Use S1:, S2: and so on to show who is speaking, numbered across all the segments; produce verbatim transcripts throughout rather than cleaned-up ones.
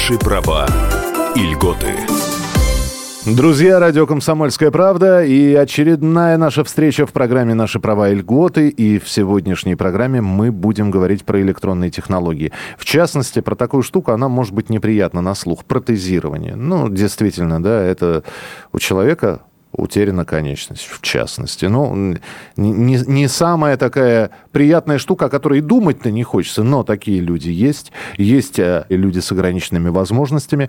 S1: Наши права и льготы.
S2: Друзья, радио «Комсомольская правда» и очередная наша встреча в программе «Наши права и льготы». И в сегодняшней программе мы будем говорить про электронные технологии. В частности, про такую штуку, она может быть неприятна на слух. Протезирование. Ну, действительно, да, это у человека утеряна конечность, в частности. Ну, не, не самая такая приятная штука, о которой и думать-то не хочется, но такие люди есть. Есть люди с ограниченными возможностями,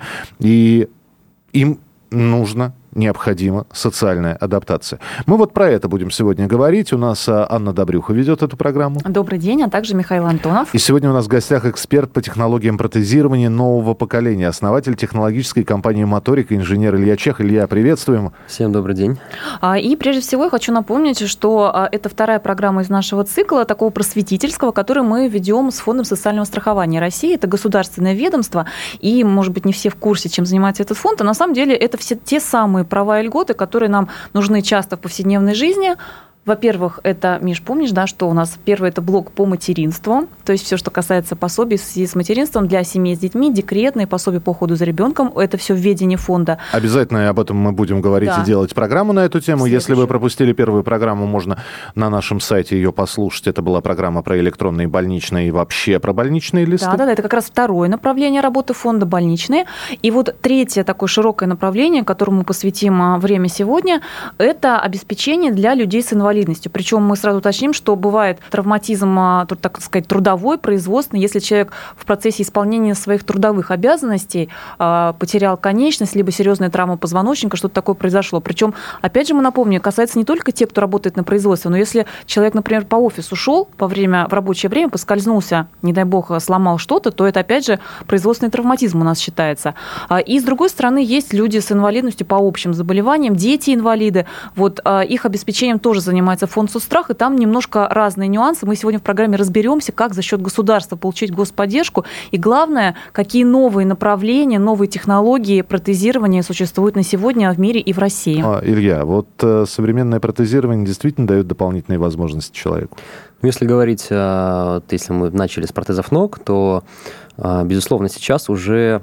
S2: и им нужно, необходима социальная адаптация. Мы вот про это будем сегодня говорить. У нас Анна Добрюха ведет эту программу.
S3: Добрый день, а также Михаил Антонов.
S2: И сегодня у нас в гостях эксперт по технологиям протезирования нового поколения, основатель технологической компании «Моторика», инженер Илья Чех. Илья, приветствуем.
S4: Всем добрый день.
S3: И прежде всего я хочу напомнить, что это вторая программа из нашего цикла, такого просветительского, который мы ведем с Фондом социального страхования России. Это государственное ведомство, и, может быть, не все в курсе, чем занимается этот фонд, а на самом деле это все те самые права и льготы, которые нам нужны часто в повседневной жизни. Во-первых, это, Миш, помнишь, да, что у нас первый это блок по материнству, то есть все, что касается пособий в связи с материнством для семей с детьми, декретные пособия по уходу за ребенком, это все в ведении фонда.
S2: Обязательно об этом мы будем говорить, да, и делать программу на эту тему. Следующую. Если вы пропустили первую программу, можно на нашем сайте ее послушать. Это была программа про электронные больничные и вообще про больничные листы.
S3: Да, да, да, это как раз второе направление работы фонда, больничные. И вот третье такое широкое направление, которому мы посвятим время сегодня, это обеспечение для людей с инвалидностью. Причем мы сразу уточним, что бывает травматизм, так сказать, трудовой, производственный, если человек в процессе исполнения своих трудовых обязанностей потерял конечность, либо серьезная травма позвоночника, что-то такое произошло. Причем, опять же, мы напомним, касается не только тех, кто работает на производстве, но если человек, например, по офису шел во время, в рабочее время, поскользнулся, не дай бог, сломал что-то, то это, опять же, производственный травматизм у нас считается. И, с другой стороны, есть люди с инвалидностью по общим заболеваниям, дети-инвалиды. Вот их обеспечением тоже занимается фонд соцстрах, и там немножко разные нюансы. Мы сегодня в программе разберемся, как за счет государства получить господдержку, и главное, какие новые направления, новые технологии протезирования существуют на сегодня в мире и в России.
S2: А, Илья, вот э, современное протезирование действительно дает дополнительные возможности человеку?
S4: Если говорить, вот, если мы начали с протезов ног, то, безусловно, сейчас уже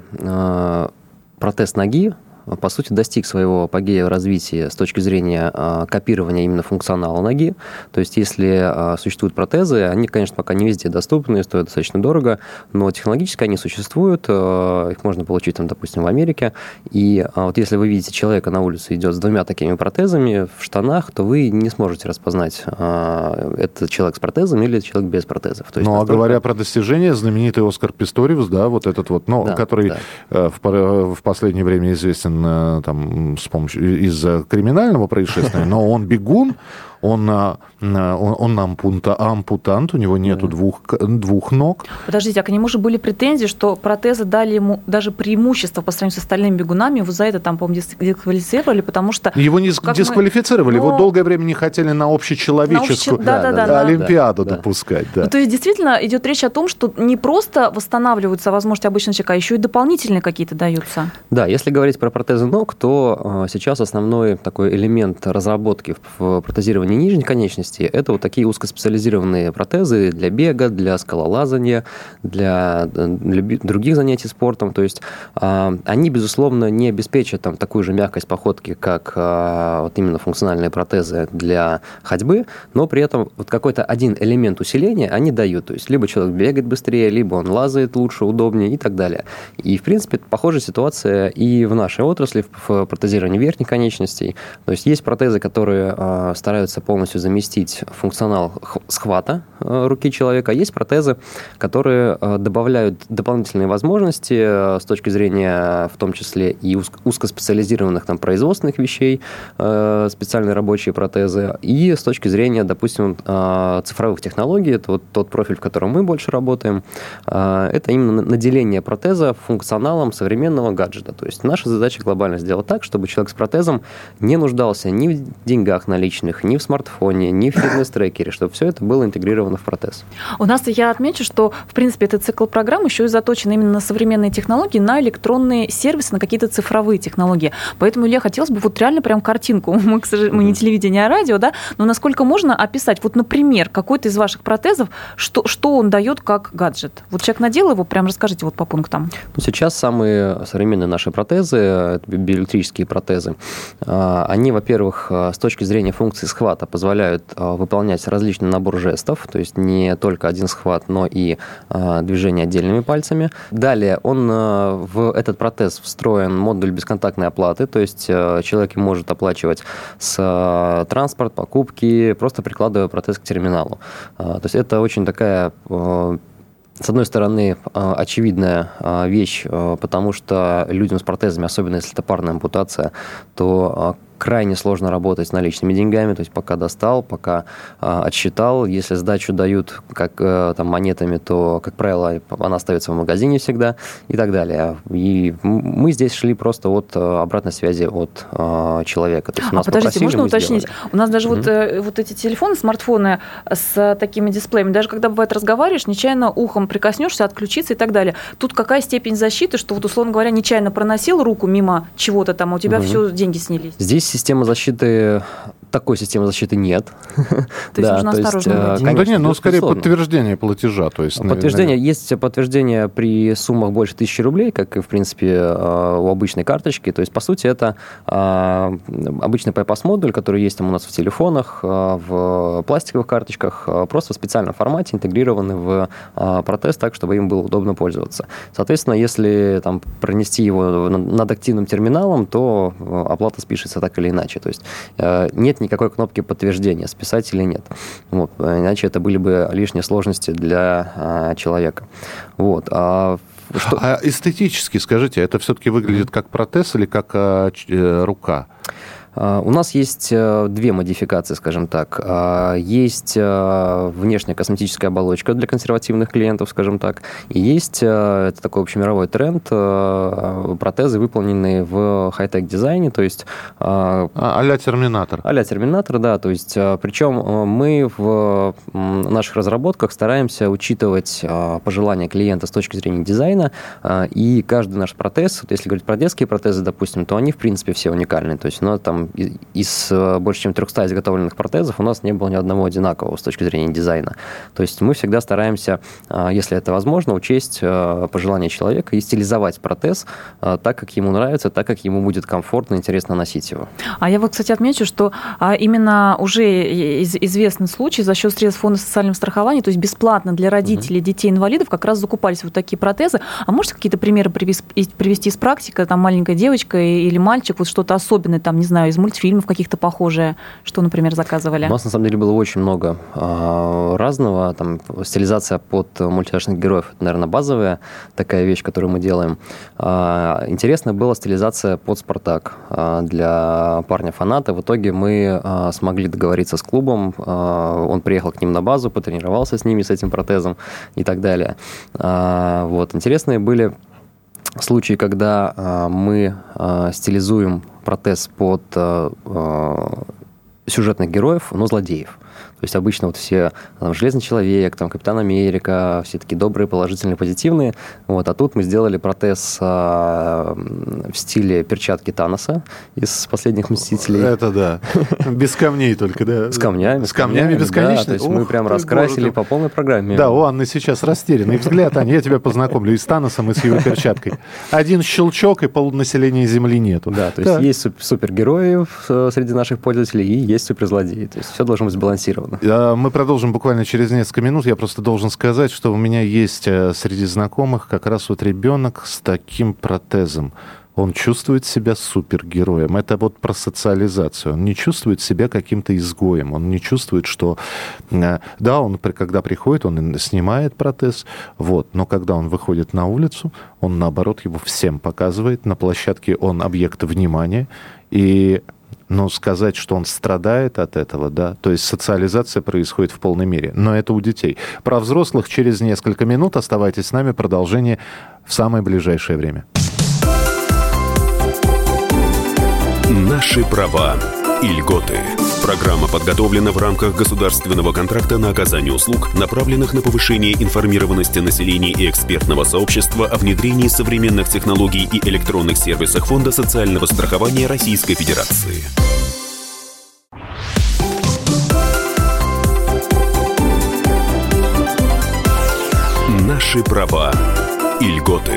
S4: протез ноги, по сути, достиг своего апогея в развитии с точки зрения э, копирования именно функционала ноги. То есть, если э, существуют протезы, они, конечно, пока не везде доступны, стоят достаточно дорого, но технологически они существуют, э, их можно получить, там, допустим, в Америке. И э, вот если вы видите человека на улице идет с двумя такими протезами в штанах, то вы не сможете распознать, э, это человек с протезом или человек без протезов. То есть,
S2: ну,
S4: настолько...
S2: а говоря про достижения, знаменитый Оскар Писториус, да, вот этот вот, ну, да, который да. Э, в, в последнее время известен там, с помощью, из-за криминального происшествия, но он бегун, он, он, он ампута, ампутант, у него нету mm-hmm. двух, двух ног.
S3: Подождите, а к нему же были претензии, что протезы дали ему даже преимущество по сравнению с остальными бегунами, его за это, там, по-моему, дисквалифицировали, потому что...
S2: Его не дисквалифицировали, мы... его
S3: но...
S2: долгое время не хотели на общечеловеческую
S3: на общече... да, да, да,
S2: олимпиаду
S3: да,
S2: допускать. Да.
S3: Ну, то есть, действительно, идет речь о том, что не просто восстанавливаются возможности обычного человека, а еще и дополнительные какие-то даются.
S4: Да, если говорить про протезы ног, то сейчас основной такой элемент разработки в протезировании нижней конечности – это вот такие узкоспециализированные протезы для бега, для скалолазания, для, для других занятий спортом. То есть э, они, безусловно, не обеспечат там, такую же мягкость походки, как э, вот именно функциональные протезы для ходьбы, но при этом вот какой-то один элемент усиления они дают. То есть либо человек бегает быстрее, либо он лазает лучше, удобнее и так далее. И, в принципе, похожая ситуация и в нашей отрасли, в протезировании верхних конечностей. То есть есть протезы, которые э, стараются полностью заместить функционал схвата руки человека. Есть протезы, которые добавляют дополнительные возможности с точки зрения, в том числе, и узкоспециализированных там, производственных вещей, специальные рабочие протезы, и с точки зрения, допустим, цифровых технологий, это вот тот профиль, в котором мы больше работаем, это именно наделение протеза функционалом современного гаджета. То есть наша задача глобально сделать так, чтобы человек с протезом не нуждался ни в деньгах наличных, ни в смартфоне, ни в фитнес-трекере, чтобы все это было интегрировано в протез.
S3: У нас, я отмечу, что, в принципе, этот цикл программ еще и заточен именно на современные технологии, на электронные сервисы, на какие-то цифровые технологии. Поэтому, Илья, хотелось бы вот реально прям картинку. Мы, к сожалению, мы не телевидение, а радио, да, но насколько можно описать, вот, например, какой-то из ваших протезов, что, что он дает как гаджет? Вот человек надел его, прям расскажите вот по пунктам.
S4: Ну, сейчас самые современные наши протезы, это биоэлектрические протезы, они, во-первых, с точки зрения функции схвата позволяют выполнять различный набор жестов, то есть не только один схват, но и движение отдельными пальцами. Далее он, в этот протез встроен модуль бесконтактной оплаты, то есть человек может оплачивать с транспорт, покупки, просто прикладывая протез к терминалу. То есть это очень такая, с одной стороны, очевидная вещь, потому что людям с протезами, особенно если это парная ампутация, то крайне сложно работать с наличными деньгами, то есть пока достал, пока а, отсчитал. Если сдачу дают как а, там, монетами, то, как правило, она остается в магазине всегда и так далее. И мы здесь шли просто от обратной связи от а, человека. То есть
S3: а подождите, попросили, можно уточнить? Сделали. У нас даже mm-hmm. вот, вот эти телефоны, смартфоны с такими дисплеями, даже когда, бывает, разговариваешь, нечаянно ухом прикоснешься, отключиться и так далее. Тут какая степень защиты, что, вот, условно говоря, нечаянно проносил руку мимо чего-то там, а у тебя mm-hmm. все, деньги снялись?
S4: Здесь система защиты, такой системы защиты нет.
S3: То есть нужно осторожно быть.
S2: Да нет, но скорее подтверждение платежа. То есть,
S4: подтверждение, есть подтверждение при суммах больше тысячи рублей, как и, в принципе, у обычной карточки. То есть, по сути, это обычный PayPass-модуль, который есть там у нас в телефонах, в пластиковых карточках, просто в специальном формате, интегрированный в протез так, чтобы им было удобно пользоваться. Соответственно, если там пронести его над активным терминалом, то оплата спишется так или иначе. То есть нет никакой кнопки подтверждения, списать или нет. Вот. Иначе это были бы лишние сложности для а, человека. Вот. А,
S2: что... а эстетически, скажите, это все-таки выглядит как протез или как а, ч, рука?
S4: У нас есть две модификации, скажем так. Есть внешняя косметическая оболочка для консервативных клиентов, скажем так. И есть, это такой общемировой тренд, протезы, выполненные в хай-тек дизайне, то есть...
S2: А-ля Терминатор.
S4: А-ля Терминатор, да. То есть, причем мы в наших разработках стараемся учитывать пожелания клиента с точки зрения дизайна, и каждый наш протез, если говорить про детские протезы, допустим, то они, в принципе, все уникальны. То есть, ну, там из больше чем трехсот изготовленных протезов у нас не было ни одного одинакового с точки зрения дизайна. То есть мы всегда стараемся, если это возможно, учесть пожелания человека и стилизовать протез так, как ему нравится, так, как ему будет комфортно и интересно носить его.
S3: А я вот, кстати, отмечу, что именно уже известный случай за счет средств фонда социального страхования, то есть бесплатно для родителей угу. детей-инвалидов как раз закупались вот такие протезы. А можете какие-то примеры привести из практики? Там маленькая девочка или мальчик, вот что-то особенное, там, не знаю, из мультфильмов каких-то похожие, что, например, заказывали?
S4: У нас, на самом деле, было очень много а, разного. Там, стилизация под мультяшных героев, это, наверное, базовая такая вещь, которую мы делаем. А, интересно была стилизация под «Спартак» а, для парня-фаната. В итоге мы а, смогли договориться с клубом. А, он приехал к ним на базу, потренировался с ними, с этим протезом и так далее. А, вот. Интересные были случаи, когда а, мы а, стилизуем протез под а, а, сюжетных героев, но злодеев. То есть обычно вот все там, Железный человек, там, Капитан Америка, все такие добрые, положительные, позитивные. Вот. А тут мы сделали протез а, в стиле перчатки Таноса из «Последних Мстителей».
S2: Это да. Без камней только, да?
S4: С камнями.
S2: С камнями бесконечно.
S4: Да, то есть мы прям раскрасили по полной программе.
S2: Да, у Анны сейчас растерянный взгляд. Аня, я тебя познакомлю и с Таносом, и с его перчаткой. Один щелчок, и полнаселения Земли нету.
S4: Да, то есть есть супергерои среди наших пользователей, и есть суперзлодеи. То есть все должно быть сбалансировано.
S2: Мы продолжим буквально через несколько минут. Я просто должен сказать, что у меня есть среди знакомых как раз вот ребенок с таким протезом. Он чувствует себя супергероем. Это вот про социализацию. Он не чувствует себя каким-то изгоем. Он не чувствует, что... Да, он, когда приходит, он снимает протез, вот, но когда он выходит на улицу, он, наоборот, его всем показывает. На площадке он объект внимания. И... Но сказать, что он страдает от этого, да, то есть социализация происходит в полной мере. Но это у детей. Про взрослых через несколько минут. Оставайтесь с нами. Продолжение в самое ближайшее время.
S1: Наши права и льготы. Программа подготовлена в рамках государственного контракта на оказание услуг, направленных на повышение информированности населения и экспертного сообщества о внедрении современных технологий и электронных сервисах Фонда социального страхования Российской Федерации. Наши права и льготы.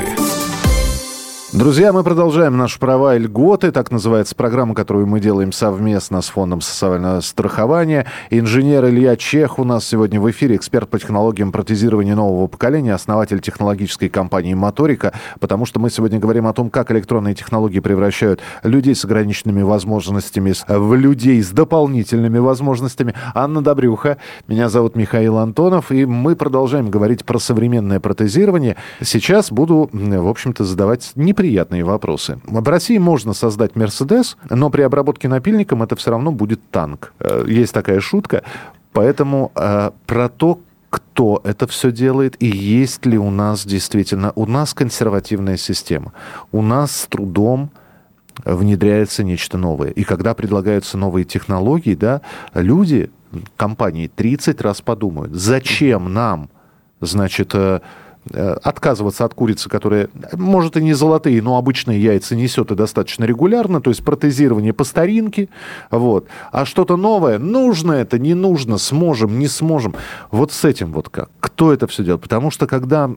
S2: Друзья, мы продолжаем наши права и льготы. Так называется программа, которую мы делаем совместно с Фондом социального страхования. Инженер Илья Чех у нас сегодня в эфире, эксперт по технологиям протезирования нового поколения, основатель технологической компании «Моторика», потому что мы сегодня говорим о том, как электронные технологии превращают людей с ограниченными возможностями в людей с дополнительными возможностями. Анна Добрюха, меня зовут Михаил Антонов, и мы продолжаем говорить про современное протезирование. Сейчас буду, в общем-то, задавать неприятные Приятные вопросы. В России можно создать «Мерседес», но при обработке напильником это все равно будет танк. Есть такая шутка. Поэтому э, про то, кто это все делает и есть ли у нас действительно... У нас консервативная система. У нас с трудом внедряется нечто новое. И когда предлагаются новые технологии, да, люди, компании тридцать раз подумают, зачем нам, значит... отказываться от курицы, которая, может, и не золотые, но обычные яйца несет и достаточно регулярно, то есть протезирование по старинке, вот. А что-то новое, нужно это, не нужно, сможем, не сможем. Вот с этим вот как. Кто это все делает? Потому что когда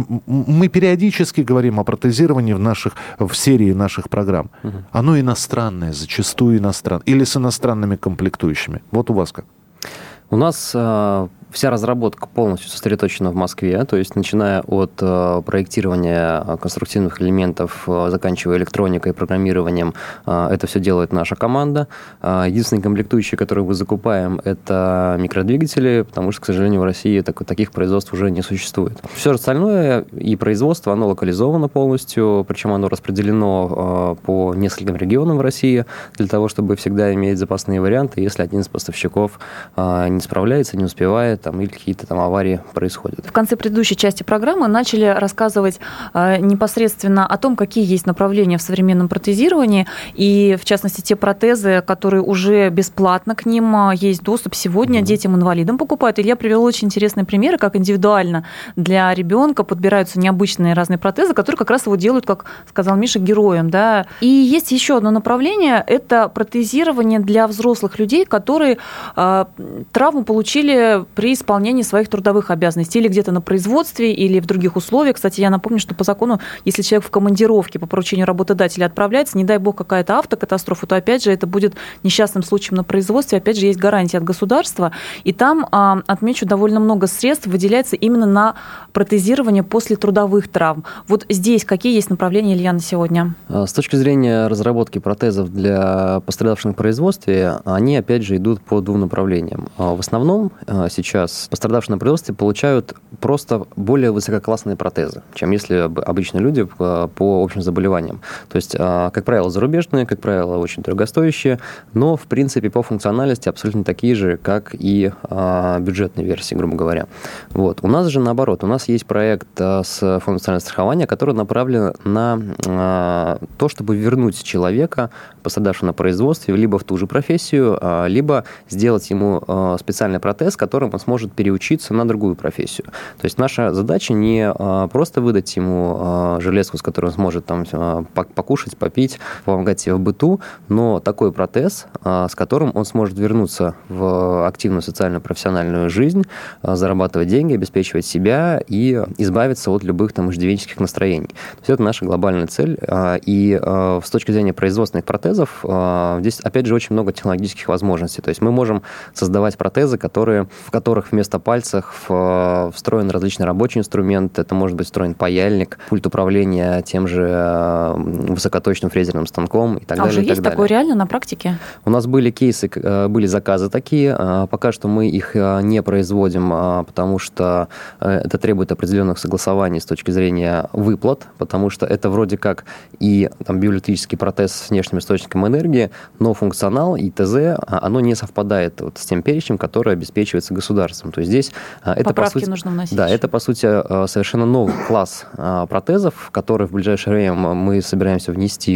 S2: мы периодически говорим о протезировании в, наших, в серии наших программ, угу. оно иностранное, зачастую иностранное, или с иностранными комплектующими. Вот у вас как?
S4: У нас э, вся разработка полностью сосредоточена в Москве, то есть начиная от э, проектирования конструктивных элементов, э, заканчивая электроникой, программированием, э, это все делает наша команда. Э, единственные комплектующие, которые мы закупаем, это микродвигатели, потому что, к сожалению, в России так, таких производств уже не существует. Все остальное и производство, оно локализовано полностью, причем оно распределено э, по нескольким регионам в России, для того, чтобы всегда иметь запасные варианты, если один из поставщиков э, не справляется, не успевает, там, или какие-то там аварии происходят. В
S3: конце предыдущей части программы начали рассказывать э, непосредственно о том, какие есть направления в современном протезировании, и, в частности, те протезы, которые уже бесплатно к ним есть доступ сегодня, mm-hmm. детям-инвалидам покупают. Илья привел очень интересные примеры, как индивидуально для ребенка подбираются необычные разные протезы, которые как раз его делают, как сказал Миша, героем. Да? И есть еще одно направление, это протезирование для взрослых людей, которые э, травму получили при исполнении своих трудовых обязанностей или где-то на производстве, или в других условиях. Кстати, я напомню, что по закону, если человек в командировке по поручению работодателя отправляется, не дай бог какая-то автокатастрофа, то опять же это будет несчастным случаем на производстве, опять же есть гарантия от государства, и там, отмечу, довольно много средств выделяется именно на протезирование после трудовых травм. Вот здесь какие есть направления, Илья, на сегодня?
S4: С точки зрения разработки протезов для пострадавших на производстве, они опять же идут по двум направлениям. В основном сейчас пострадавшие на производстве получают просто более высококлассные протезы, чем если обычные люди по общим заболеваниям. То есть, как правило, зарубежные, как правило, очень дорогостоящие, но, в принципе, по функциональности абсолютно такие же, как и бюджетные версии, грубо говоря. Вот. У нас же наоборот. У нас есть проект с Фондом социального страхования, который направлен на то, чтобы вернуть человека, пострадавшего на производстве, либо в ту же профессию, либо сделать ему специальный протез, которым он сможет переучиться на другую профессию. То есть наша задача не просто выдать ему железку, с которой он сможет там покушать, попить, помогать себе в быту, но такой протез, с которым он сможет вернуться в активную социальную профессиональную жизнь, зарабатывать деньги, обеспечивать себя и избавиться от любых там иждивенческих настроений. То есть это наша глобальная цель. И с точки зрения производственных протезов здесь, опять же, очень много технологических возможностей. То есть мы можем создавать протезы, которые, в которых вместо пальцев встроен различный рабочий инструмент. Это может быть встроен паяльник, пульт управления тем же высокоточным фрезерным станком и так
S3: а
S4: далее.
S3: А уже
S4: и
S3: есть
S4: так
S3: такое
S4: далее.
S3: реально на практике?
S4: У нас были кейсы, были заказы такие. Пока что мы их не производим, потому что это требует определенных согласований с точки зрения выплат, потому что это вроде как и там, биоэлектрический протез с внешним источником энергии, но функционал и ТЗ, оно не совпадает вот с тем перечнем, который обеспечивается государством. государством. То есть здесь это,
S3: поправки
S4: по сути,
S3: нужно вносить.
S4: Да, это, по сути, совершенно новый класс протезов, который в ближайшее время мы собираемся внести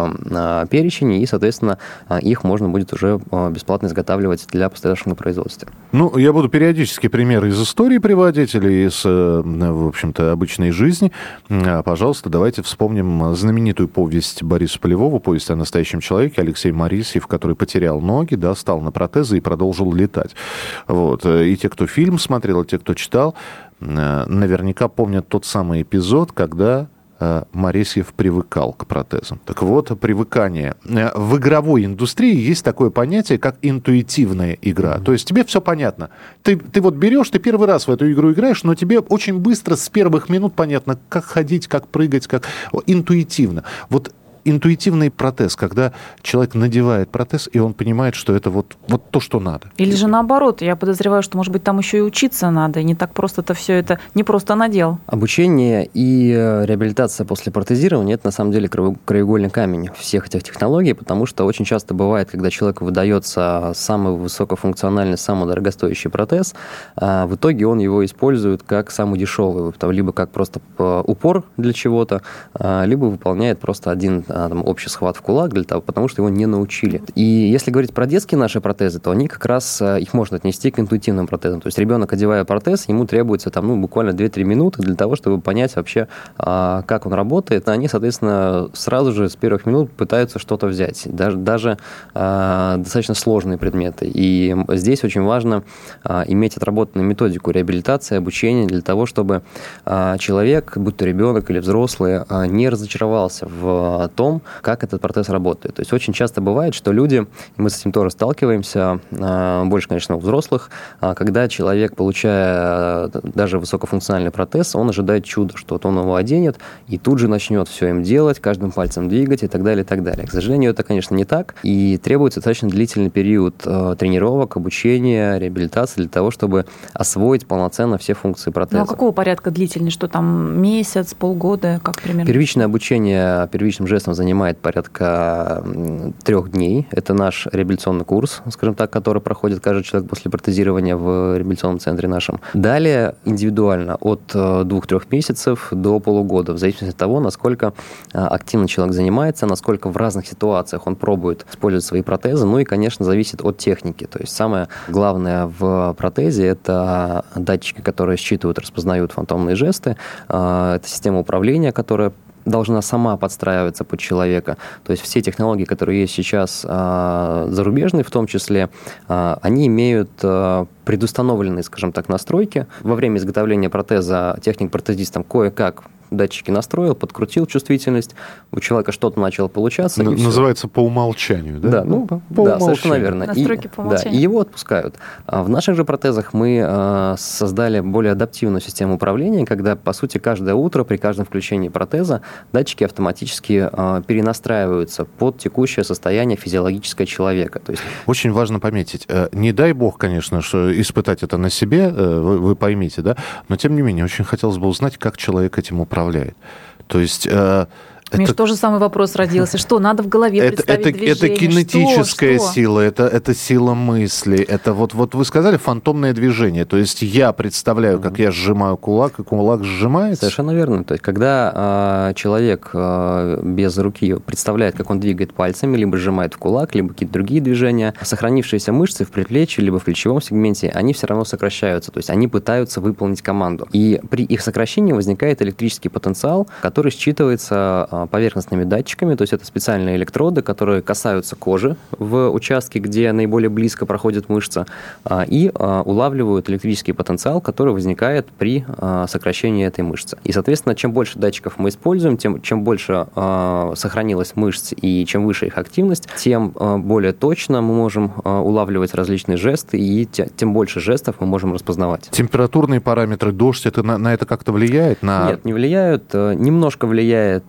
S4: в перечень, и, соответственно, их можно будет уже бесплатно изготавливать для пострадавших на производстве.
S2: Ну, я буду периодически примеры из истории приводить или из, в общем-то, обычной жизни. Пожалуйста, давайте вспомним знаменитую повесть Бориса Полевого, повесть о настоящем человеке, Алексей Морисьев, который потерял ноги, да, стал на протезы и продолжил летать. Вот. И те, кто фильм смотрел, и те, кто читал, наверняка помнят тот самый эпизод, когда Морисьев привыкал к протезам. Так вот, привыкание. В игровой индустрии есть такое понятие, как интуитивная игра. Mm-hmm. То есть тебе все понятно. Ты, ты вот берешь, ты первый раз в эту игру играешь, но тебе очень быстро с первых минут понятно, как ходить, как прыгать, как интуитивно. Вот интуитивный протез, когда человек надевает протез, и он понимает, что это вот, вот то, что надо.
S3: Или же наоборот, я подозреваю, что, может быть, там еще и учиться надо, и не так просто-то все это, не просто надел.
S4: Обучение и реабилитация после протезирования – это, на самом деле, краеугольный камень всех этих технологий, потому что очень часто бывает, когда человеку выдается самый высокофункциональный, самый дорогостоящий протез, в итоге он его использует как самый дешевый, либо как просто упор для чего-то, либо выполняет просто один там, общий схват в кулак, для того, потому что его не научили. И если говорить про детские наши протезы, то они как раз, их можно отнести к интуитивным протезам. То есть ребенок, одевая протез, ему требуется там, ну, буквально две-три минуты для того, чтобы понять вообще, как он работает. Они, соответственно, сразу же с первых минут пытаются что-то взять. Даже, даже достаточно сложные предметы. И здесь очень важно иметь отработанную методику реабилитации, обучения для того, чтобы человек, будь то ребенок или взрослый, не разочаровался в том, как этот протез работает. То есть очень часто бывает, что люди, и мы с этим тоже сталкиваемся, больше, конечно, у взрослых, когда человек, получая даже высокофункциональный протез, он ожидает чуда, что вот он его оденет и тут же начнет все им делать, каждым пальцем двигать и так далее, и так далее. К сожалению, это, конечно, не так, и требуется достаточно длительный период тренировок, обучения, реабилитации для того, чтобы освоить полноценно все функции протеза.
S3: Ну, а какого порядка длительный? Что там, месяц, полгода, как примерно?
S4: Первичное обучение первичным жестом занимает порядка трех дней. Это наш реабилитационный курс, скажем так, который проходит каждый человек после протезирования в реабилитационном центре нашем. Далее индивидуально от двух-трех месяцев до полугода, в зависимости от того, насколько активно человек занимается, насколько в разных ситуациях он пробует использовать свои протезы, ну и, конечно, зависит от техники. То есть самое главное в протезе – это датчики, которые считывают, распознают фантомные жесты, это система управления, которая должна сама подстраиваться под человека. То есть все технологии, которые есть сейчас, э, зарубежные в том числе, э, они имеют э, предустановленные, скажем так, настройки. Во время изготовления протеза техник-протезист там кое-как датчики настроил, подкрутил чувствительность, у человека что-то начало получаться.
S2: Н- называется по умолчанию, да?
S4: Да, ну,
S2: по
S4: да,
S2: умолчанию.
S4: совершенно верно.
S3: Настройки
S4: и,
S3: по умолчанию.
S4: Да, и его отпускают. А в наших же протезах мы э, создали более адаптивную систему управления, когда, по сути, каждое утро при каждом включении протеза датчики автоматически э, перенастраиваются под текущее состояние физиологическое человека. То есть...
S2: Очень важно пометить. Не дай бог, конечно, что испытать это на себе, вы, вы поймите, да, но, тем не менее, очень хотелось бы узнать, как человек этим управляет. То есть... Э,
S3: Миш,
S2: это...
S3: тоже самый вопрос родился. Что надо в голове
S2: это,
S3: представить
S2: это,
S3: движение?
S2: Это кинетическая
S3: что, что?
S2: сила, это, это сила мысли. Это вот, вот вы сказали фантомное движение. То есть я представляю, как я сжимаю кулак, и кулак сжимается.
S4: Совершенно верно. То есть когда э, человек э, без руки представляет, как он двигает пальцами, либо сжимает в кулак, либо какие-то другие движения, сохранившиеся мышцы в предплечье, либо в плечевом сегменте, они все равно сокращаются. То есть они пытаются выполнить команду. И при их сокращении возникает электрический потенциал, который считывается э, поверхностными датчиками, то есть это специальные электроды, которые касаются кожи в участке, где наиболее близко проходит мышца, и улавливают электрический потенциал, который возникает при сокращении этой мышцы. И, соответственно, чем больше датчиков мы используем, тем чем больше сохранилось мышц и чем выше их активность, тем более точно мы можем улавливать различные жесты, и тем больше жестов мы можем распознавать.
S2: Температурные параметры, дождь, это на, на это как-то влияет? На...
S4: Нет, не влияют. Немножко влияет потоотделение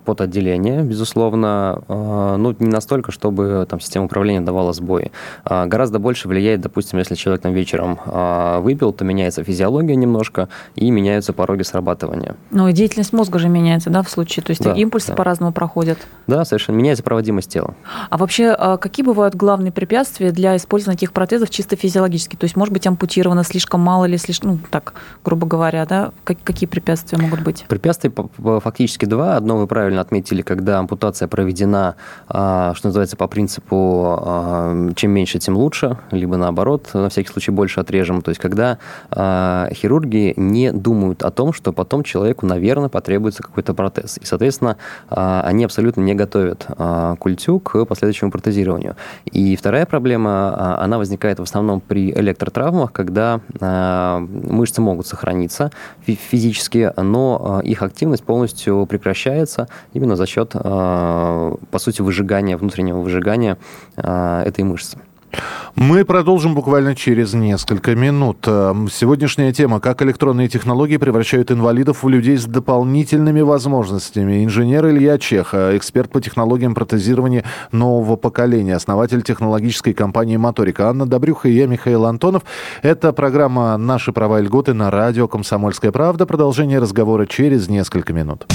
S4: населения, безусловно, ну, не настолько, чтобы там система управления давала сбои. Гораздо больше влияет, допустим, если человек там вечером выпил, то меняется физиология немножко и меняются пороги срабатывания.
S3: Ну и деятельность мозга же меняется, да, в случае, то есть
S4: да,
S3: импульсы
S4: да.
S3: по-разному проходят.
S4: Да, совершенно. Меняется проводимость тела.
S3: А вообще, какие бывают главные препятствия для использования таких протезов чисто физиологически? То есть, может быть, ампутировано слишком мало или слишком, ну, так, грубо говоря, да? Какие препятствия могут быть?
S4: Препятствий фактически два. Одно вы правильно отметили, когда ампутация проведена, что называется, по принципу чем меньше, тем лучше, либо наоборот, на всякий случай больше отрежем. То есть, когда хирурги не думают о том, что потом человеку, наверное, потребуется какой-то протез. И, соответственно, они абсолютно не готовят культю к последующему протезированию. И вторая проблема, она возникает в основном при электротравмах, когда мышцы могут сохраниться физически, но их активность полностью прекращается именно за счет, по сути, выжигания, внутреннего выжигания этой мышцы.
S2: Мы продолжим буквально через несколько минут. Сегодняшняя тема: как электронные технологии превращают инвалидов в людей с дополнительными возможностями. Инженер Илья Чех, эксперт по технологиям протезирования нового поколения, основатель технологической компании «Моторика». Анна Добрюха и я, Михаил Антонов. Это программа «Наши права и льготы» на радио «Комсомольская правда». Продолжение разговора через несколько минут.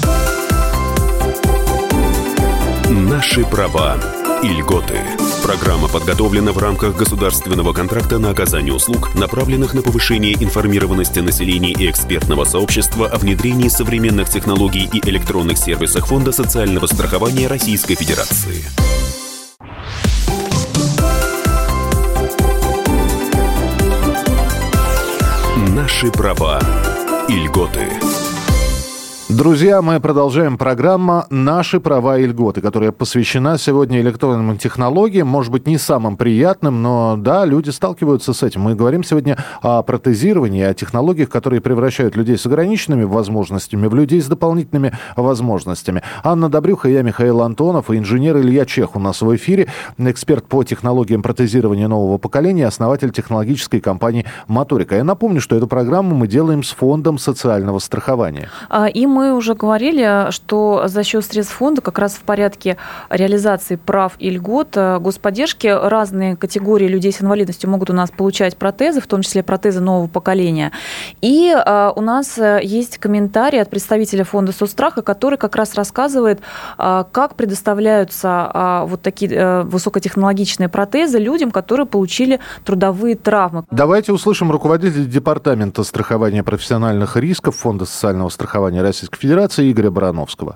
S1: Наши права и льготы. Программа подготовлена в рамках государственного контракта на оказание услуг, направленных на повышение информированности населения и экспертного сообщества о внедрении современных технологий и электронных сервисах Фонда социального страхования Российской Федерации. Наши права и льготы.
S2: Друзья, мы продолжаем программу «Наши права и льготы», которая посвящена сегодня электронным технологиям. Может быть, не самым приятным, но да, люди сталкиваются с этим. Мы говорим сегодня о протезировании, о технологиях, которые превращают людей с ограниченными возможностями в людей с дополнительными возможностями. Анна Добрюха и я, Михаил Антонов, и инженер Илья Чех у нас в эфире, эксперт по технологиям протезирования нового поколения, основатель технологической компании «Моторика». Я напомню, что эту программу мы делаем с Фондом социального страхования.
S3: И мы Мы уже говорили, что за счет средств фонда как раз в порядке реализации прав и льгот господдержки разные категории людей с инвалидностью могут у нас получать протезы, в том числе протезы нового поколения. И у нас есть комментарий от представителя фонда соцстраха, который как раз рассказывает, как предоставляются вот такие высокотехнологичные протезы людям, которые получили трудовые травмы.
S2: Давайте услышим руководителя департамента страхования профессиональных рисков Фонда социального страхования Российской Федерации Игоря Барановского.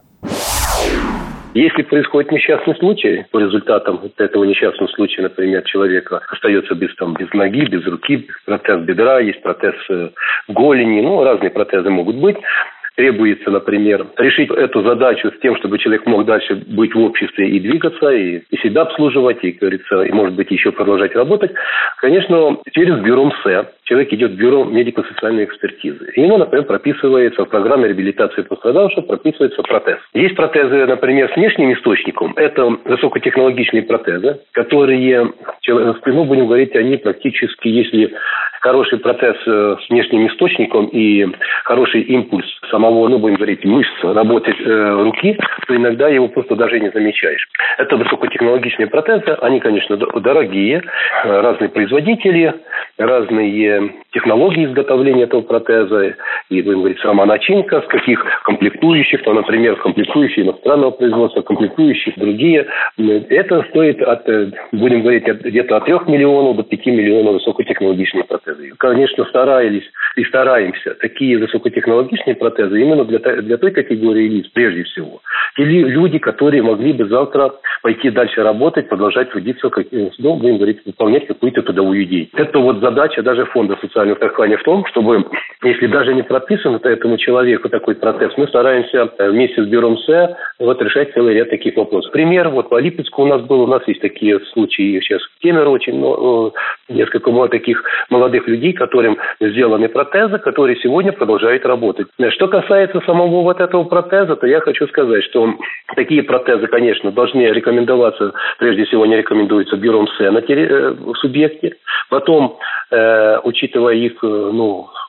S5: Если происходит несчастный случай, по результатам этого несчастного случая, например, человек остается без, там, без ноги, без руки, протез бедра, есть протез голени, ну, разные протезы могут быть. Требуется, например, решить эту задачу с тем, чтобы человек мог дальше быть в обществе и двигаться, и, и себя обслуживать, и, как говорится, и, может быть, еще продолжать работать. Конечно, через бюро МСЭ человек идет в бюро медико-социальной экспертизы. И ему, например, прописывается в программе реабилитации пострадавшего, прописывается протез. Есть протезы, например, с внешним источником. Это высокотехнологичные протезы, которые, ну, будем говорить, они практически, если хороший протез с внешним источником и хороший импульс самого, ну, будем говорить, мышц работать э, руки, то иногда его просто даже не замечаешь. Это высокотехнологичные протезы, они, конечно, дорогие, разные производители, разные технологии изготовления этого протеза, и, будем говорить, сама начинка, с каких комплектующих, то, например, комплектующие иностранного производства, комплектующие другие. Это стоит, от, будем говорить, от, где-то от трех миллионов до пяти миллионов высокотехнологичных протезов. Конечно, старались и стараемся такие высокотехнологичные протезы именно для, для той категории лиц, прежде всего. Или люди, которые могли бы завтра пойти дальше работать, продолжать трудиться, как, ну, будем говорить, выполнять какую-то трудовую деятельность. Это вот задача даже Фонда социального страхования в том, чтобы, если даже не прописан этому человеку такой протез, мы стараемся вместе с бюро МСЭ вот, решать целый ряд таких вопросов. Пример, вот по Липецку у нас был, у нас есть такие случаи сейчас в Кемерово, очень но, несколько таких молодых людей, которым сделаны протезы, которые сегодня продолжают работать. Что касается самого вот этого протеза, то я хочу сказать, что такие протезы, конечно, должны рекомендоваться, прежде всего, не рекомендуется бюро МСЭ на терри... в субъекте. Потом, э, учитывая их, ну, высокую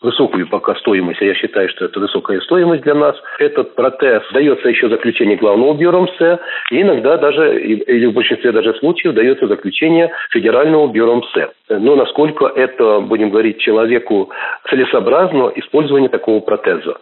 S5: низкую пока стоимость, а я считаю, что это высокая стоимость для нас. Этот протез дается еще заключение главного бюро МСЭ, и иногда даже, или в большинстве даже случаев, дается заключение федерального бюро МСЭ. Но насколько это, будем говорить, человеку целесообразно использование такого протеза.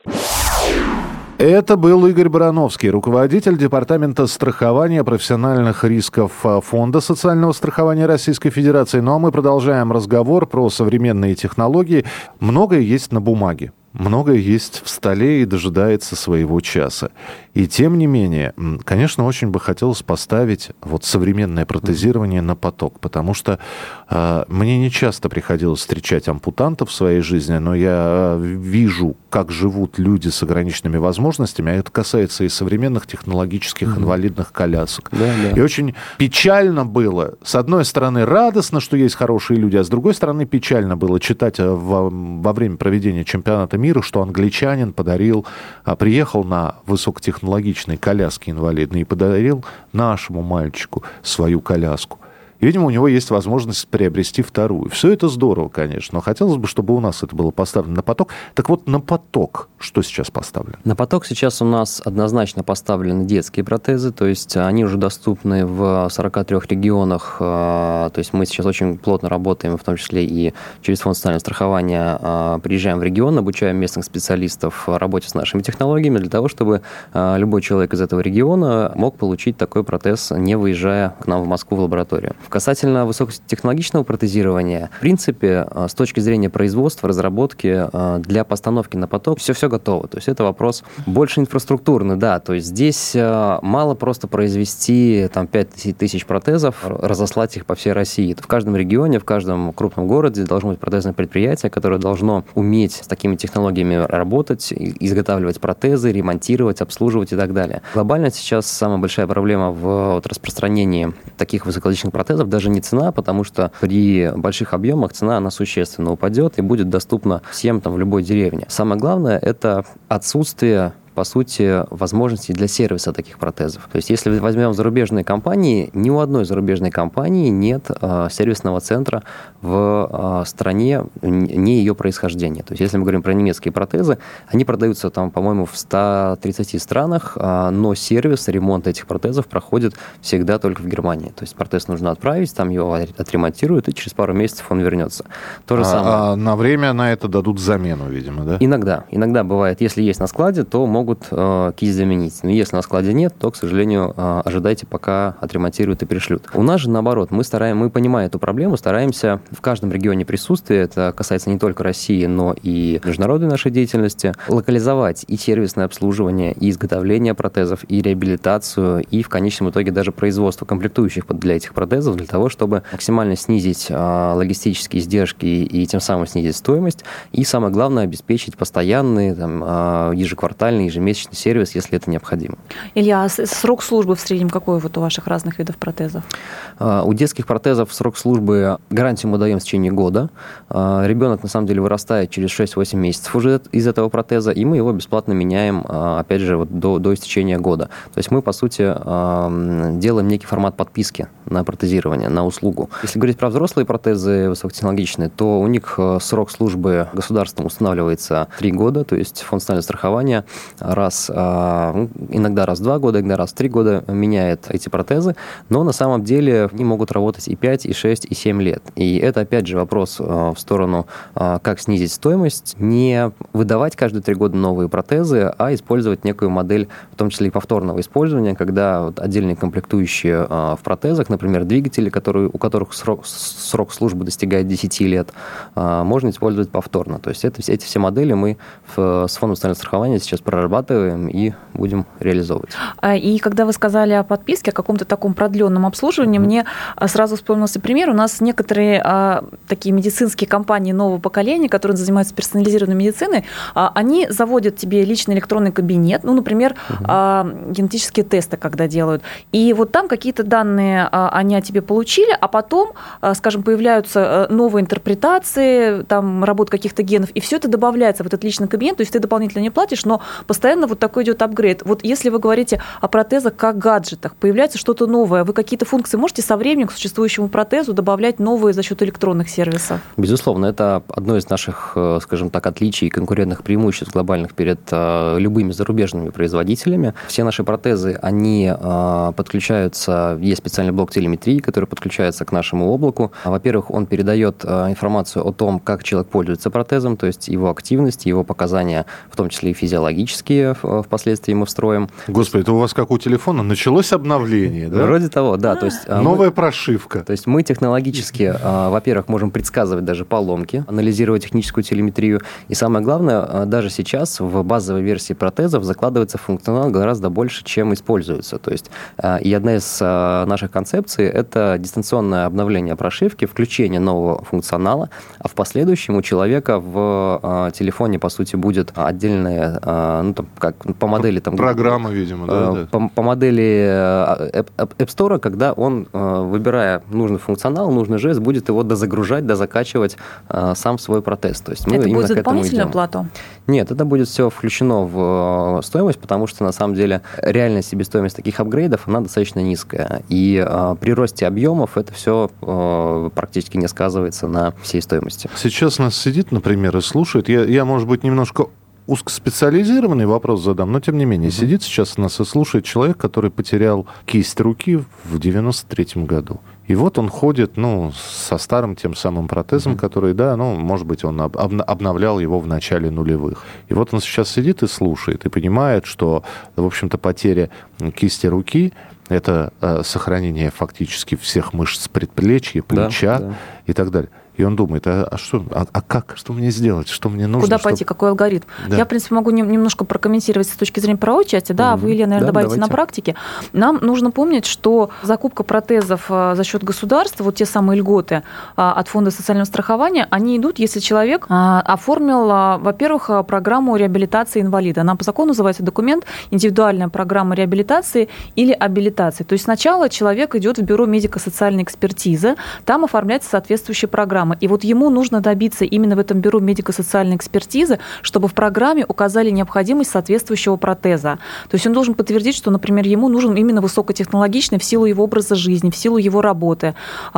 S2: Это был Игорь Барановский, руководитель Департамента страхования профессиональных рисков Фонда социального страхования Российской Федерации. Ну а мы продолжаем разговор про современные технологии. Многое есть на бумаге. Многое есть в столе и дожидается своего часа. И тем не менее, конечно, очень бы хотелось поставить вот современное протезирование на поток, потому что э, мне не часто приходилось встречать ампутантов в своей жизни, но я вижу, как живут люди с ограниченными возможностями, а это касается и современных технологических mm-hmm. инвалидных колясок. Да, да. И очень печально было, с одной стороны, радостно, что есть хорошие люди, а с другой стороны, печально было читать во, во время проведения чемпионата мира, что англичанин подарил, приехал на высокотехнологичной коляске инвалидной и подарил нашему мальчику свою коляску. И, видимо, у него есть возможность приобрести вторую. Все это здорово, конечно, но хотелось бы, чтобы у нас это было поставлено на поток. Так вот, на поток что сейчас поставлено?
S4: На поток сейчас у нас однозначно поставлены детские протезы, то есть они уже доступны в сорока трёх регионах. То есть мы сейчас очень плотно работаем, в том числе и через фонд социального страхования приезжаем в регион, обучаем местных специалистов работе с нашими технологиями для того, чтобы любой человек из этого региона мог получить такой протез, не выезжая к нам в Москву в лабораторию. Касательно высокотехнологичного протезирования, в принципе, с точки зрения производства, разработки, для постановки на поток все-все готово. То есть это вопрос больше инфраструктурный, да. То есть здесь мало просто произвести там, пять тысяч протезов, разослать их по всей России. В каждом регионе, в каждом крупном городе должно быть протезное предприятие, которое должно уметь с такими технологиями работать, изготавливать протезы, ремонтировать, обслуживать и так далее. Глобально сейчас самая большая проблема в вот, распространении таких высокотехнологичных протезов даже не цена, потому что при больших объемах цена, она существенно упадет и будет доступна всем там, в любой деревне. Самое главное – это отсутствие, по сути, возможностей для сервиса таких протезов. То есть, если возьмем зарубежные компании, ни у одной зарубежной компании нет э, сервисного центра в э, стране, не ее происхождения. То есть, если мы говорим про немецкие протезы, они продаются, там, по-моему, в ста тридцати странах, э, но сервис, ремонт этих протезов проходит всегда только в Германии. То есть, протез нужно отправить, там его отремонтируют, и через пару месяцев он вернется. То же
S2: а,
S4: самое.
S2: А на время на это дадут замену, видимо, да?
S4: Иногда. Иногда бывает, если есть на складе, то могут могут э, кисть заменить. Но если на складе нет, то, к сожалению, э, ожидайте, пока отремонтируют и пришлют. У нас же наоборот, мы стараем, мы, понимая эту проблему, стараемся в каждом регионе присутствия, это касается не только России, но и международной нашей деятельности, локализовать и сервисное обслуживание, и изготовление протезов, и реабилитацию, и в конечном итоге даже производство комплектующих для этих протезов, для того, чтобы максимально снизить э, логистические издержки и тем самым снизить стоимость, и самое главное, обеспечить постоянный, там, э, ежеквартальный, ежемесячный сервис, если это необходимо.
S3: Илья, а срок службы в среднем какой вот у ваших разных видов протезов?
S4: У детских протезов срок службы, гарантию мы даем в течение года. Ребенок, на самом деле, вырастает через шесть-восемь месяцев уже из этого протеза, и мы его бесплатно меняем, опять же, вот до, до истечения года. То есть мы, по сути, делаем некий формат подписки на протезирование, на услугу. Если говорить про взрослые протезы высокотехнологичные, то у них срок службы государством устанавливается три года, то есть фонд социального страхования раз, иногда раз в два года, иногда раз в три года меняет эти протезы, но на самом деле они могут работать и пять, и шесть, и семь лет. И это, опять же, вопрос в сторону, как снизить стоимость, не выдавать каждые три года новые протезы, а использовать некую модель, в том числе и повторного использования, когда вот отдельные комплектующие в протезах, например, двигатели, которые, у которых срок, срок службы достигает десяти лет, можно использовать повторно. То есть это, эти все модели мы в, с фондом социального страхования сейчас прорабатываем и будем реализовывать.
S3: И когда вы сказали о подписке, о каком-то таком продленном обслуживании, mm-hmm. мне сразу вспомнился пример. У нас некоторые а, такие медицинские компании нового поколения, которые занимаются персонализированной медициной, а, они заводят тебе личный электронный кабинет, ну, например, mm-hmm. а, генетические тесты, когда делают. И вот там какие-то данные а, они о тебе получили, а потом, а, скажем, появляются новые интерпретации, там, работа каких-то генов, и все это добавляется в этот личный кабинет, то есть ты дополнительно не платишь, но постоянно постоянно вот такой идет апгрейд. Вот если вы говорите о протезах как гаджетах, появляется что-то новое, вы какие-то функции можете со временем к существующему протезу добавлять новые за счет электронных сервисов?
S4: Безусловно, это одно из наших, скажем так, отличий и конкурентных преимуществ глобальных перед любыми зарубежными производителями. Все наши протезы, они подключаются, есть специальный блок телеметрии, который подключается к нашему облаку. Во-первых, он передает информацию о том, как человек пользуется протезом, то есть его активность, его показания, в том числе и физиологические, впоследствии мы встроим.
S2: Господи, это у вас как у телефона началось обновление, да?
S4: Вроде того, да. То есть,
S2: новая
S4: мы,
S2: прошивка.
S4: То есть мы технологически, во-первых, можем предсказывать даже поломки, анализировать техническую телеметрию. И самое главное, даже сейчас в базовой версии протезов закладывается функционал гораздо больше, чем используется. То есть и одна из наших концепций – это дистанционное обновление прошивки, включение нового функционала, а в последующем у человека в телефоне, по сути, будет отдельная, ну, там, как по модели... Там,
S2: программа, видимо, да?
S4: По, по модели App, App Store, когда он, выбирая нужный функционал, нужный жест, будет его дозагружать, дозакачивать сам в свой протез. То есть мы
S3: это
S4: именно
S3: будет за
S4: к этому
S3: дополнительную
S4: идем.
S3: плату?
S4: Нет, это будет все включено в стоимость, потому что, на самом деле, реальная себестоимость таких апгрейдов, она достаточно низкая. И э, при росте объемов это все э, практически не сказывается на всей стоимости.
S2: Сейчас нас сидит, например, и слушает. Я, я может быть, немножко узкоспециализированный вопрос задам, но, тем не менее, mm-hmm. сидит сейчас нас и слушает человек, который потерял кисть руки в девяносто третьем году. И вот он ходит, ну, со старым тем самым протезом, mm-hmm. который, да, ну, может быть, он об- обновлял его в начале нулевых. И вот он сейчас сидит и слушает, и понимает, что, в общем-то, потеря кисти руки – это э, сохранение фактически всех мышц предплечья, плеча да, да. и так далее. И он думает, а, а что, а, а как, что мне сделать, что мне нужно?
S3: Куда
S2: чтобы...
S3: пойти, какой алгоритм?
S2: Да.
S3: Я, в принципе, могу не, немножко прокомментировать с точки зрения правовой части, да, mm-hmm. вы, Елена, наверное, да, добавите давайте. На практике. Нам нужно помнить, что закупка протезов за счет государства, вот те самые льготы от Фонда социального страхования, они идут, если человек оформил, во-первых, программу реабилитации инвалида. Она по закону называется документ «Индивидуальная программа реабилитации» или абилитации. То есть сначала человек идет в бюро медико-социальной экспертизы, там оформляется соответствующая программа. И вот ему нужно добиться именно в этом бюро медико-социальной экспертизы, чтобы в программе указали необходимость соответствующего протеза. То есть он должен подтвердить, что, например, ему нужен именно высокотехнологичный в силу его образа жизни, в силу его работы.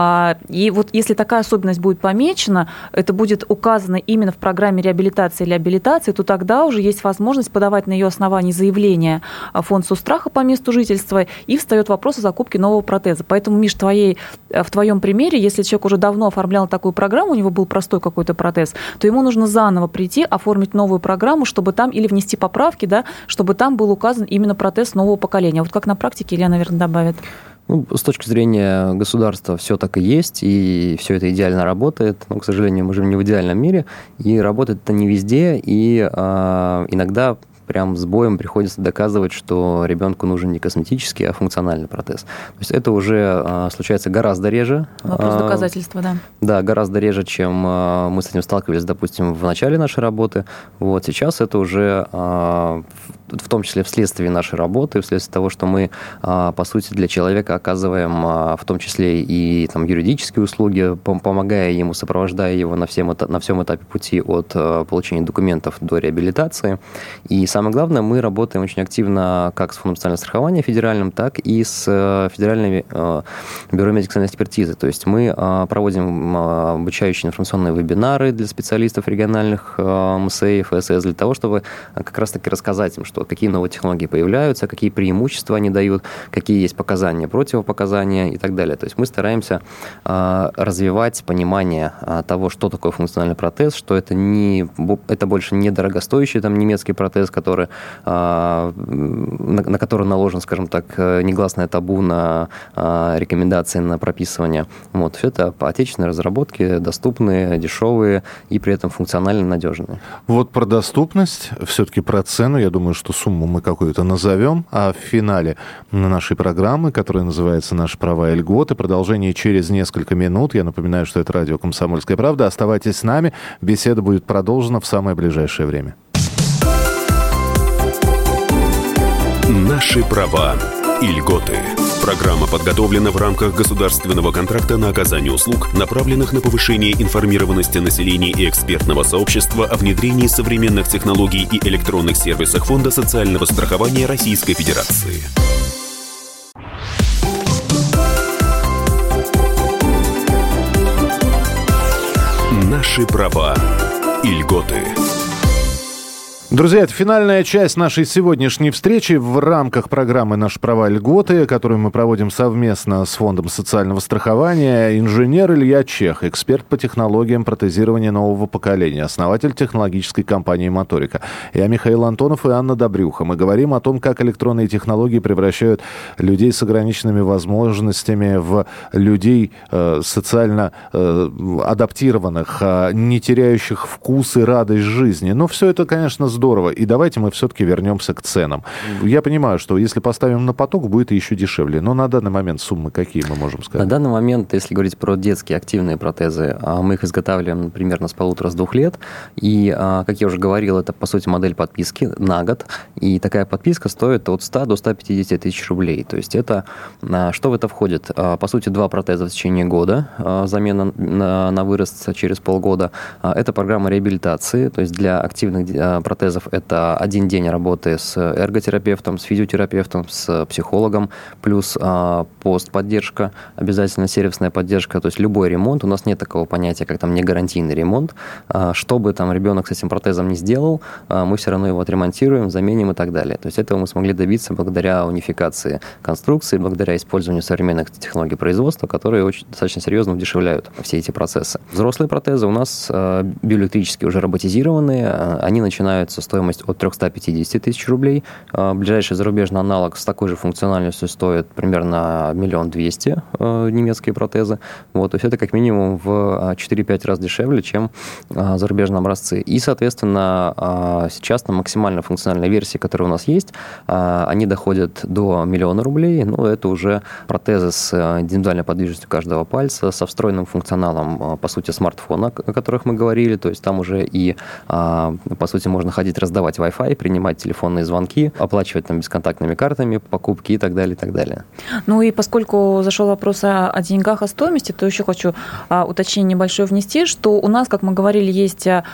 S3: И вот если такая особенность будет помечена, это будет указано именно в программе реабилитации или абилитации, то тогда уже есть возможность подавать на ее основании заявление в фонд соцстраха по месту жительства, и встает вопрос о закупке нового протеза. Поэтому, Миш, твоей, в твоем примере, если человек уже давно оформлял такую программу, у него был простой какой-то протез, то ему нужно заново прийти, оформить новую программу, чтобы там, или внести поправки, да, чтобы там был указан именно протез нового поколения. Вот как на практике, Илья, наверное, добавит.
S4: Ну, с точки зрения государства все так и есть, и все это идеально работает. Но, к сожалению, мы живем не в идеальном мире, и работает это не везде, и э, иногда прям с боем приходится доказывать, что ребенку нужен не косметический, а функциональный протез. То есть это уже а, случается гораздо реже.
S3: Вопрос а, доказательства, да.
S4: Да, гораздо реже, чем а, мы с этим сталкивались, допустим, в начале нашей работы. Вот сейчас это уже, а, в, в том числе вследствие нашей работы, вследствие того, что мы, а, по сути, для человека оказываем а, в том числе и там, юридические услуги, пом- помогая ему, сопровождая его на, всем, на всем этапе пути от а, получения документов до реабилитации. И самое главное, мы работаем очень активно как с Фондом социального страхования федеральным, так и с федеральными э, бюро медико-социальной экспертизы. То есть мы э, проводим э, обучающие информационные вебинары для специалистов региональных э, эм эс э, эф, эс эс, для того, чтобы как раз-таки рассказать им, что какие новые технологии появляются, какие преимущества они дают, какие есть показания, противопоказания и так далее. То есть мы стараемся э, развивать понимание э, того, что такое функциональный протез, что это, не, это больше не дорогостоящий там, немецкий протез, который Который, на, на который наложен, скажем так, негласное табу на рекомендации на прописывание. Вот. Все это отечественные разработки, доступные, дешевые и при этом функционально надежные.
S2: Вот про доступность, все-таки про цену, я думаю, что сумму мы какую-то назовем, а в финале нашей программы, которая называется «Наши права и льготы», продолжение через несколько минут. Я напоминаю, что это радио «Комсомольская правда». Оставайтесь с нами, беседа будет продолжена в самое ближайшее время.
S1: Наши права и льготы. Программа подготовлена в рамках государственного контракта на оказание услуг, направленных на повышение информированности населения и экспертного сообщества о внедрении современных технологий и электронных сервисах Фонда социального страхования Российской Федерации. Наши права и льготы.
S2: Друзья, это финальная часть нашей сегодняшней встречи в рамках программы «Наши права и льготы», которую мы проводим совместно с Фондом социального страхования. Инженер Илья Чех, эксперт по технологиям протезирования нового поколения, основатель технологической компании «Моторика». Я Михаил Антонов и Анна Добрюха. Мы говорим о том, как электронные технологии превращают людей с ограниченными возможностями в людей э, социально э, адаптированных, э, не теряющих вкус и радость жизни. Но все это, конечно, здорово. И давайте мы все-таки вернемся к ценам. Я понимаю, что если поставим на поток, будет еще дешевле. Но на данный момент суммы какие мы можем сказать?
S4: На данный момент, если говорить про детские активные протезы, мы их изготавливаем примерно с полутора, с двух лет. И, как я уже говорил, это, по сути, модель подписки на год. И такая подписка стоит от ста до ста пятидесяти тысяч рублей. То есть это, что в это входит? По сути, два протеза в течение года, замена на, на вырост через полгода. Это программа реабилитации, то есть для активных протезов это один день работы с эрготерапевтом, с физиотерапевтом, с психологом, плюс а, постподдержка, обязательно сервисная поддержка, то есть любой ремонт. У нас нет такого понятия, как там негарантийный ремонт. А, что бы там ребенок с этим протезом не сделал, а, мы все равно его отремонтируем, заменим и так далее. То есть этого мы смогли добиться благодаря унификации конструкции, благодаря использованию современных технологий производства, которые очень, достаточно серьезно удешевляют все эти процессы. Взрослые протезы у нас а, биоэлектрически уже роботизированные, а, они начинаются стоимость от триста пятьдесят тысяч рублей. Ближайший зарубежный аналог с такой же функциональностью стоит примерно миллион двести немецкие протезы. Вот, то есть это как минимум в четыре-пять раз дешевле, чем зарубежные образцы. И, соответственно, сейчас на максимально функциональной версии, которая у нас есть, они доходят до миллиона рублей. Ну, это уже протезы с индивидуальной подвижностью каждого пальца, со встроенным функционалом, по сути, смартфона, о которых мы говорили. То есть там уже и, по сути, можно ходить раздавать Wi-Fi, принимать телефонные звонки, оплачивать там бесконтактными картами покупки и так далее, и так далее.
S3: Ну и поскольку зашел вопрос о, о деньгах, о стоимости, то еще хочу а, уточнение небольшое внести, что у нас, как мы говорили, есть а,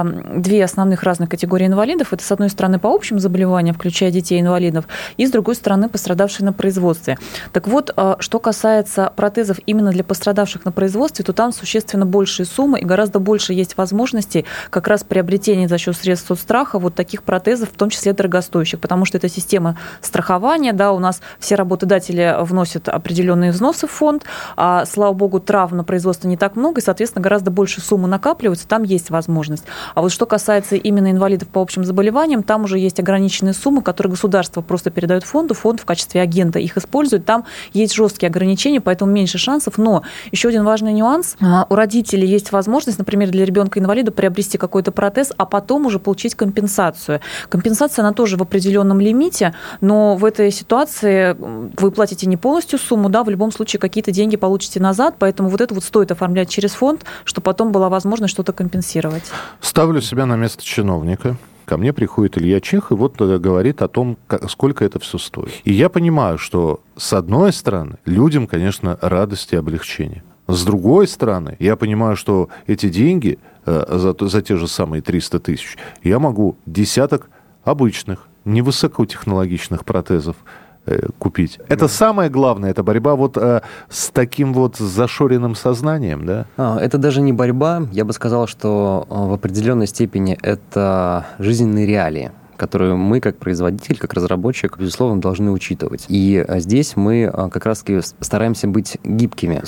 S3: две основных разных категории инвалидов. Это, с одной стороны, по общим заболеваниям, включая детей-инвалидов, и, с другой стороны, пострадавшие на производстве. Так вот, а, что касается протезов именно для пострадавших на производстве, то там существенно большие суммы и гораздо больше есть возможностей как раз приобретения за счет средств соцстрахования вот таких протезов, в том числе дорогостоящих, потому что это система страхования, да, у нас все работодатели вносят определенные взносы в фонд, а, слава богу, травм на производство не так много, и, соответственно, гораздо больше суммы накапливаются, там есть возможность. А вот что касается именно инвалидов по общим заболеваниям, там уже есть ограниченные суммы, которые государство просто передает фонду, фонд в качестве агента их использует, там есть жесткие ограничения, поэтому меньше шансов, но еще один важный нюанс, у родителей есть возможность, например, для ребенка-инвалида приобрести какой-то протез, а потом уже получить компенсацию. Компенсацию. Компенсация, она тоже в определенном лимите, но в этой ситуации вы платите не полностью сумму, да, в любом случае какие-то деньги получите назад, поэтому вот это вот стоит оформлять через фонд, чтобы потом была возможность что-то компенсировать.
S2: Ставлю себя на место чиновника. Ко мне приходит Илья Чех и вот говорит о том, сколько это все стоит. И я понимаю, что с одной стороны, людям, конечно, радость и облегчение. С другой стороны, я понимаю, что эти деньги за, за те же самые триста тысяч я могу десяток обычных, невысокотехнологичных протезов э, купить. Это самое главное, это борьба вот э, с таким вот зашоренным сознанием, да?
S4: А, это даже не борьба, я бы сказал, что в определенной степени это жизненные реалии, которую мы, как производитель, как разработчик, безусловно, должны учитывать. И здесь мы как раз-таки стараемся быть гибкими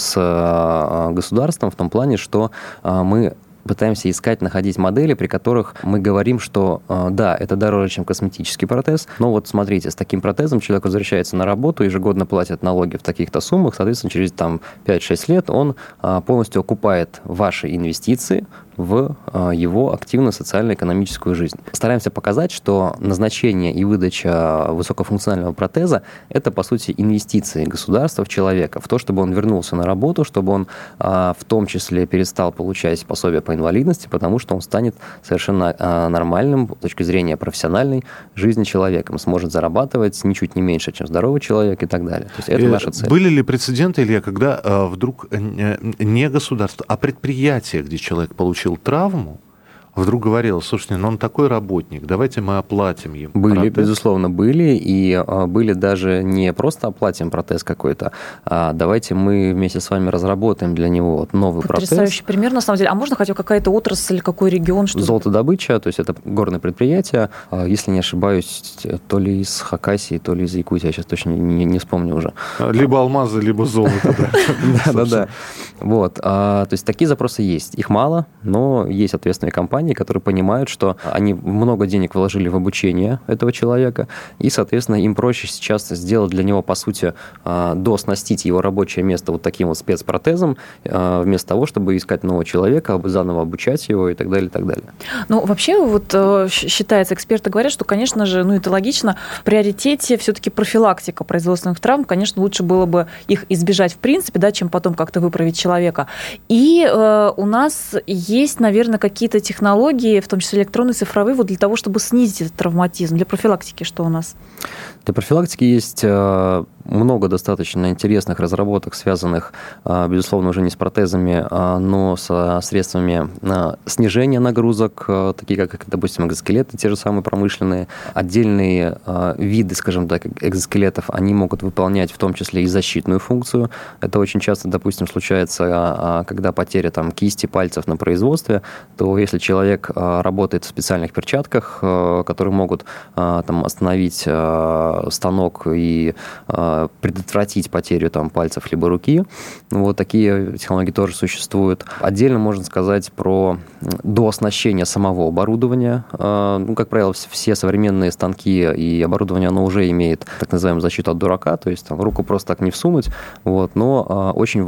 S4: с государством в том плане, что мы пытаемся искать, находить модели, при которых мы говорим, что да, это дороже, чем косметический протез, но вот смотрите, с таким протезом человек возвращается на работу, ежегодно платит налоги в таких-то суммах, соответственно, через там, пять-шесть лет он полностью окупает ваши инвестиции, в его активную социально-экономическую жизнь. Стараемся показать, что назначение и выдача высокофункционального протеза – это, по сути, инвестиции государства в человека, в то, чтобы он вернулся на работу, чтобы он в том числе перестал получать пособие по инвалидности, потому что он станет совершенно нормальным с точки зрения профессиональной жизни человеком, сможет зарабатывать ничуть не меньше, чем здоровый человек и так далее. То есть это наша цель.
S2: Были ли прецеденты, Илья, когда э, вдруг не государство, а предприятие, где человек получил травму, вдруг говорила: слушайте, ну он такой работник, давайте мы оплатим ему
S4: Были,
S2: протез.
S4: Безусловно, были, и а, были даже не просто оплатим протез какой-то, а давайте мы вместе с вами разработаем для него вот новый протез.
S3: Потрясающий пример, на самом деле. А можно хотя бы какая-то отрасль, какой регион? Что...
S4: Золотодобыча, то есть это горное предприятие, если не ошибаюсь, то ли из Хакасии, то ли из Якутии, я сейчас точно не, не вспомню уже.
S2: Либо алмазы, либо золото.
S4: Да-да-да. Вот, то есть такие запросы есть. Их мало, но есть ответственные компании, которые понимают, что они много денег вложили в обучение этого человека, и, соответственно, им проще сейчас сделать для него, по сути, дооснастить его рабочее место вот таким вот спецпротезом, вместо того, чтобы искать нового человека, заново обучать его и так далее, и так далее.
S3: Ну, вообще, вот считается, эксперты говорят, что, конечно же, ну, это логично, в приоритете все-таки профилактика производственных травм. Конечно, лучше было бы их избежать в принципе, да, чем потом как-то выправить человека. И э, у нас есть, наверное, какие-то технологии, в том числе электронные, цифровые, вот для того, чтобы снизить этот травматизм. Для профилактики что у нас?
S4: Для профилактики есть много достаточно интересных разработок, связанных, безусловно, уже не с протезами, но со средствами снижения нагрузок, такие как, допустим, экзоскелеты, те же самые промышленные. Отдельные виды, скажем так, экзоскелетов, они могут выполнять в том числе и защитную функцию. Это очень часто, допустим, случается, когда потеря там, кисти, пальцев на производстве, то если человек работает в специальных перчатках, которые могут там, остановить станок и предотвратить потерю там, пальцев либо руки. Вот такие технологии тоже существуют. Отдельно можно сказать про дооснащение самого оборудования. Ну, как правило, все современные станки и оборудование, оно уже имеет так называемую защиту от дурака, то есть там, руку просто так не всунуть. Вот. Но очень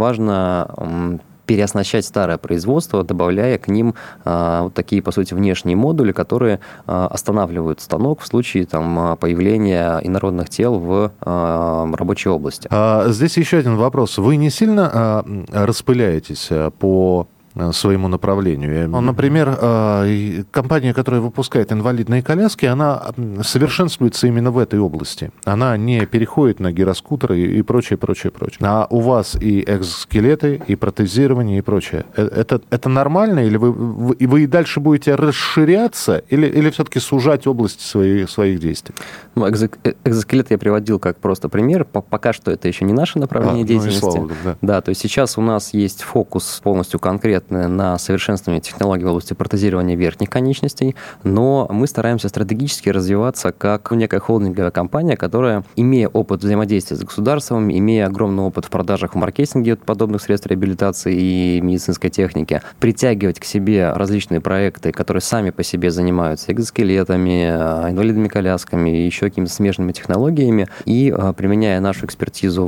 S4: важно переоснащать старое производство, добавляя к ним а, вот такие, по сути, внешние модули, которые а, останавливают станок в случае там, появления инородных тел в а, рабочей области.
S2: А, здесь еще один вопрос. Вы не сильно а, распыляетесь по своему направлению? Например, компания, которая выпускает инвалидные коляски, она совершенствуется именно в этой области. Она не переходит на гироскутеры и прочее, прочее, прочее. А у вас и экзоскелеты, и протезирование, и прочее. Это, это нормально? Или вы, вы, вы и дальше будете расширяться, или, или все-таки сужать область своих, своих действий?
S4: Ну, экзоскелет я приводил как просто пример. Пока что это еще не наше направление а, деятельности. Ну и слава Богу, да. Да, то есть сейчас у нас есть фокус полностью конкретно на совершенствование технологий в области протезирования верхних конечностей, но мы стараемся стратегически развиваться как некая холдинговая компания, которая, имея опыт взаимодействия с государством, имея огромный опыт в продажах, в маркетинге подобных средств реабилитации и медицинской техники, притягивать к себе различные проекты, которые сами по себе занимаются экзоскелетами, инвалидными колясками и еще какими-то смежными технологиями, и, применяя нашу экспертизу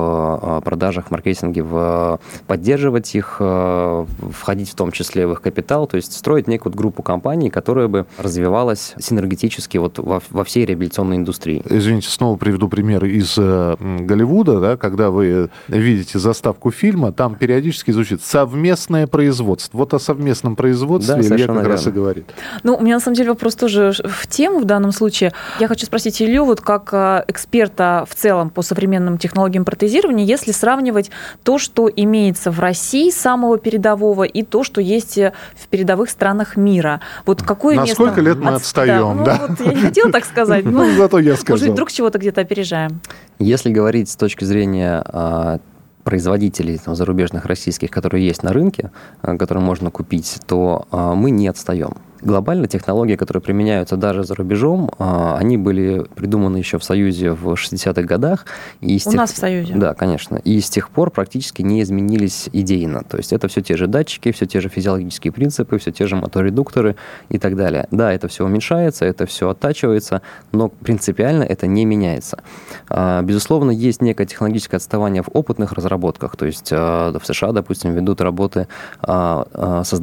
S4: в продажах, маркетинге, в поддерживать их, входить в том числе в их капитал, то есть строить некую группу компаний, которая бы развивалась синергетически вот во, во всей реабилитационной индустрии.
S2: Извините, снова приведу пример из э, Голливуда, да, когда вы видите заставку фильма, там периодически звучит «совместное производство». Вот о совместном производстве да, Илья как верно. раз и говорит.
S3: Ну, у меня на самом деле вопрос тоже в тему в данном случае. Я хочу спросить Илью, вот как эксперта в целом по современным технологиям протезирования, если сравнивать то, что имеется в России самого передового, и то, что есть в передовых странах мира. Вот какое
S2: На
S3: место...
S2: сколько лет мы отстаем, да?
S3: да? Ну, вот я не хотела так сказать, но
S2: ну, зато я сказал.
S3: Может быть, вдруг чего-то где-то опережаем.
S4: Если говорить с точки зрения а, производителей там, зарубежных российских, которые есть на рынке, а, которые можно купить, то а, мы не отстаем. Глобально технологии, которые применяются даже за рубежом, они были придуманы еще в Союзе в шестидесятых годах. И
S3: У
S4: тех...
S3: нас в Союзе?
S4: Да, конечно. И с тех пор практически не изменились идейно. То есть это все те же датчики, все те же физиологические принципы, все те же моторедукторы и так далее. Да, это все уменьшается, это все оттачивается, но принципиально это не меняется. Безусловно, есть некое технологическое отставание в опытных разработках. То есть в США, допустим, ведут работы, создают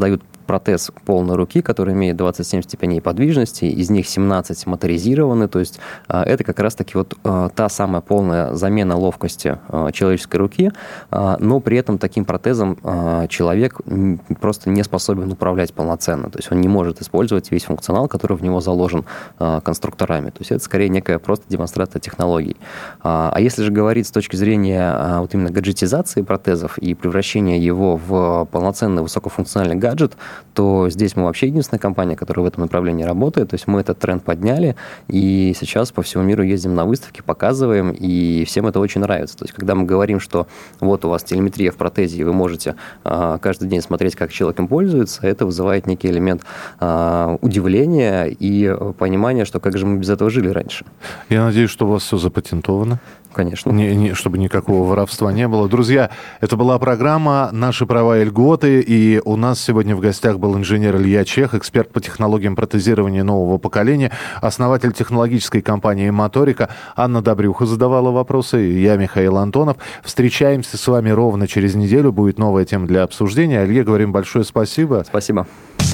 S4: протез полной руки, который имеет двадцать семь степеней подвижности, из них семнадцать моторизированы, то есть это как раз-таки вот та самая полная замена ловкости человеческой руки, но при этом таким протезом человек просто не способен управлять полноценно, то есть он не может использовать весь функционал, который в него заложен конструкторами, то есть это скорее некая просто демонстрация технологий. А если же говорить с точки зрения вот именно гаджетизации протезов и превращения его в полноценный высокофункциональный гаджет, то здесь мы вообще единственная компания, которая в этом направлении работает. То есть мы этот тренд подняли, и сейчас по всему миру ездим на выставки, показываем, и всем это очень нравится. То есть когда мы говорим, что вот у вас телеметрия в протезе, и вы можете а, каждый день смотреть, как человек им пользуется, это вызывает некий элемент а, удивления и понимания, что как же мы без этого жили раньше.
S2: Я надеюсь, что у вас все запатентовано.
S4: Конечно.
S2: Не, не, чтобы никакого воровства не было. Друзья, это была программа «Наши права и льготы», и у нас сегодня в гостях был инженер Илья Чех, эксперт по технологиям протезирования нового поколения, основатель технологической компании «Моторика». Анна Добрюха задавала вопросы, я Михаил Антонов. Встречаемся с вами ровно через неделю, будет новая тема для обсуждения. Илье говорим большое спасибо.
S4: Спасибо.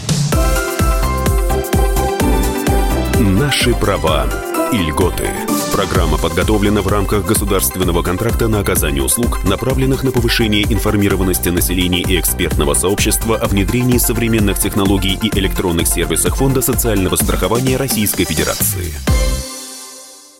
S1: Наши права и льготы. Программа подготовлена в рамках государственного контракта на оказание услуг, направленных на повышение информированности населения и экспертного сообщества о внедрении современных технологий и электронных сервисах Фонда социального страхования Российской Федерации.